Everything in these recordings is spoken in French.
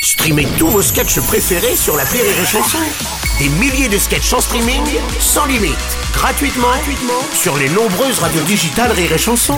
Streamez tous vos sketchs préférés sur l'appli Rire et Chanson. Des milliers de sketchs en streaming, sans limite, gratuitement sur les nombreuses radios digitales Rire et Chanson.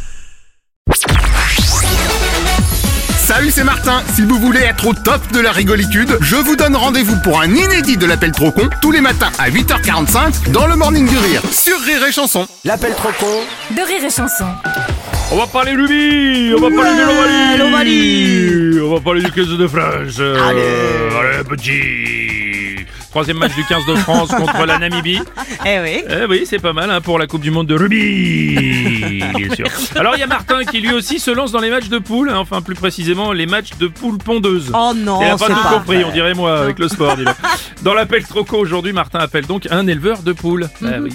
Salut, c'est Martin. Si vous voulez être au top de la rigolitude, je vous donne rendez-vous pour un inédit de l'appel trop con tous les matins à 8h45 dans le Morning du Rire sur Rire et Chanson. L'appel trop con de Rire et Chanson. On va parler du Rugby, on va parler de l'Ovalie, on va parler du 15 de France. Allez, petit. Troisième match du 15 de France contre la Namibie. Oui, c'est pas mal pour la Coupe du Monde de rugby, bien sûr. Alors il y a Martin qui lui aussi se lance dans les matchs de poule, enfin plus précisément les matchs de poule pondeuse. Oh non, il a pas tout compris, on dirait moi avec le sport. Dis-le. Dans l'appel trop con aujourd'hui, Martin appelle donc un éleveur de poules. Oui.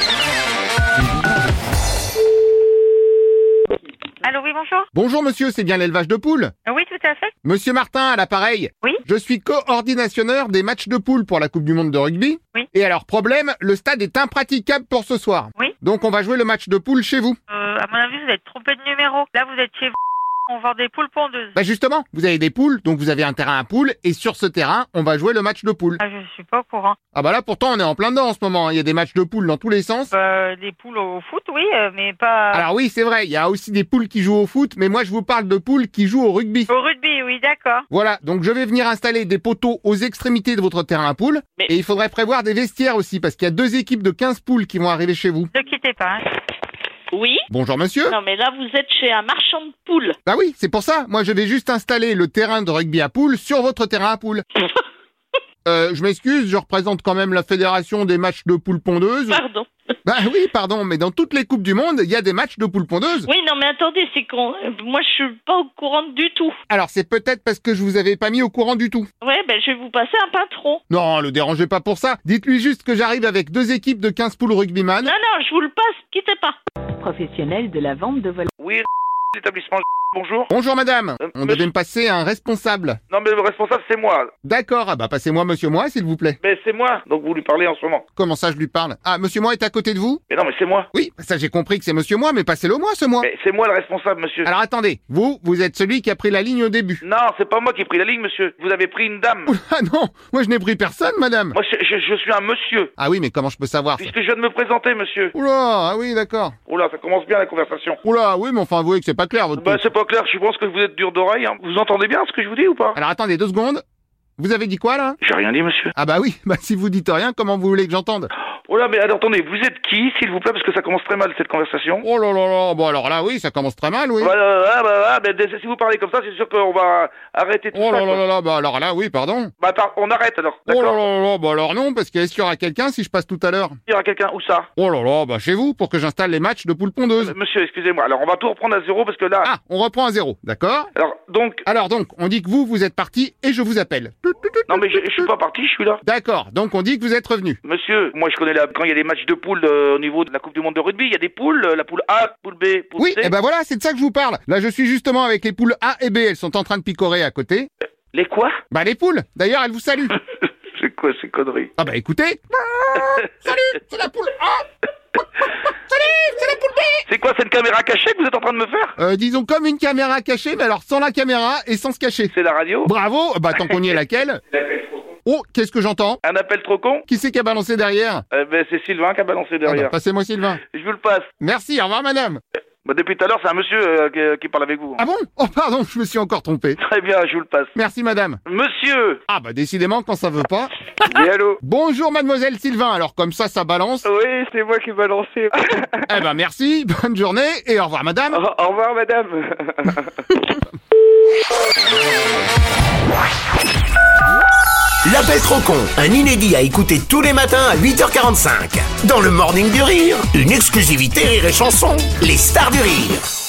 Allô, oui, bonjour. Bonjour monsieur, c'est bien l'élevage de poules? Oui, tout à fait. Monsieur Martin à l'appareil. Oui. Je suis coordinationneur des matchs de poules pour la Coupe du Monde de rugby. Oui. Et alors problème, le stade est impraticable pour ce soir. Oui. Donc on va jouer le match de poules chez vous. À mon avis, vous êtes trompé de numéro. Là, vous êtes chez vous. On vend des poules pondeuses. Bah justement, vous avez des poules, donc vous avez un terrain à poules, et sur ce terrain, on va jouer le match de poules. Ah, je suis pas au courant. Ah bah là pourtant on est en plein dedans en ce moment, il y a des matchs de poules dans tous les sens. Des poules au foot, oui, mais pas... Alors oui, c'est vrai, il y a aussi des poules qui jouent au foot, mais moi je vous parle de poules qui jouent au rugby. Au rugby, oui, d'accord. Voilà, donc je vais venir installer des poteaux aux extrémités de votre terrain à poules, Mais- et il faudrait prévoir des vestiaires aussi, parce qu'il y a 2 équipes de 15 poules qui vont arriver chez vous. Ne quittez pas. Hein. Oui. Bonjour monsieur. Non, mais là, vous êtes chez un marchand de poules. Bah oui, c'est pour ça, moi je vais juste installer le terrain de rugby à poules sur votre terrain à poules. Je m'excuse, je représente quand même la fédération des matchs de poules pondeuses. Pardon. Bah oui, pardon, mais dans toutes les coupes du monde, il y a des matchs de poules pondeuses. Oui, non, mais attendez, c'est qu'on... Moi, je suis pas au courant du tout. Alors c'est peut-être parce que je vous avais pas mis au courant du tout. Ouais, ben, je vais vous passer un patron. Non, le dérangez pas pour ça. Dites-lui juste que j'arrive avec 2 équipes de 15 poules rugbyman. Non, je vous le passe, quittez pas. Professionnel de la vente de vol. Oui, l'établissement. Bonjour. Bonjour madame, on monsieur- devait me passer un responsable. Non, mais le responsable, c'est moi. D'accord, ah bah passez-moi monsieur moi s'il vous plaît. Mais c'est moi, donc vous lui parlez en ce moment. Comment ça je lui parle? Ah, monsieur moi est à côté de vous? Mais non, mais c'est moi. Oui, ça j'ai compris que c'est monsieur moi, mais passez-le moi ce moi. Mais c'est moi le responsable, monsieur. Alors attendez, vous êtes celui qui a pris la ligne au début. Non, c'est pas moi qui ai pris la ligne, monsieur. Vous avez pris une dame. Ah non, moi je n'ai pris personne madame. Moi, je suis un monsieur. Ah oui, mais comment je peux savoir ça? Puisque je viens de me présenter, monsieur. Oula, ah oui d'accord. Oula, ça commence bien la conversation. Oula, oui mais enfin avouez que c'est pas clair votre Bah, truc. c'est pas clair, je pense que vous êtes dur d'oreille, hein. Vous entendez bien ce que je vous dis ou pas? Alors attendez 2 secondes. Vous avez dit quoi là? J'ai rien dit, monsieur. Ah bah oui, bah si vous dites rien, comment vous voulez que j'entende? Oula, mais alors, attendez, vous êtes qui, s'il vous plaît, parce que ça commence très mal, cette conversation. Oh là là là, bon alors là oui, ça commence très mal, oui. Mais si vous parlez comme ça, c'est sûr qu'on va arrêter tout Oh ça. là quoi. là là, bah alors là oui, pardon. On arrête alors, Oh là d'accord? là là, bah alors non, parce qu'est-ce qu'il y aura quelqu'un si je passe tout à l'heure? Il y aura quelqu'un, où ça? Oh là là, bah chez vous, pour que j'installe les matchs de poules pondeuses. Monsieur, excusez-moi, alors on va tout reprendre à zéro parce que là... Ah, on reprend à 0, d'accord? Alors donc, on dit que vous êtes parti et je vous appelle. Non mais je suis pas parti, je suis là. D'accord, donc on dit que vous êtes revenu. Monsieur, moi je connais quand il y a des matchs de poules au niveau de la Coupe du Monde de rugby, il y a des poules, la poule A, poule B, poule Oui, C. et ben voilà, c'est de ça que je vous parle. Là, je suis justement avec les poules A et B, elles sont en train de picorer à côté. Les quoi? Bah les poules, d'ailleurs, elles vous saluent. C'est quoi ces conneries? Ah bah écoutez. Salut, c'est la poule A. Salut, c'est la poule B. C'est quoi, c'est une caméra cachée que vous êtes en train de me faire? Disons comme une caméra cachée, mais alors sans la caméra et sans se cacher. C'est la radio? Bravo, bah tant qu'on y est laquelle? Oh, qu'est-ce que j'entends? Un appel trop con? Qui c'est qui a balancé derrière? C'est Sylvain qui a balancé Ah bah, derrière. passez-moi Sylvain. Je vous le passe. Merci, au revoir madame. Bah, depuis tout à l'heure, c'est un monsieur qui parle avec vous. Ah bon? Oh pardon, je me suis encore trompé. Très bien, je vous le passe. Merci madame. Monsieur! Ah bah décidément quand ça veut pas. Oui, allô? Bonjour mademoiselle Sylvain, alors comme ça balance. Oui, c'est moi qui ai balancé. Eh ben merci, bonne journée et au revoir madame. Au revoir, madame. L'appel trop con, un inédit à écouter tous les matins à 8h45. Dans le Morning du Rire, une exclusivité Rire et Chanson, les stars du rire.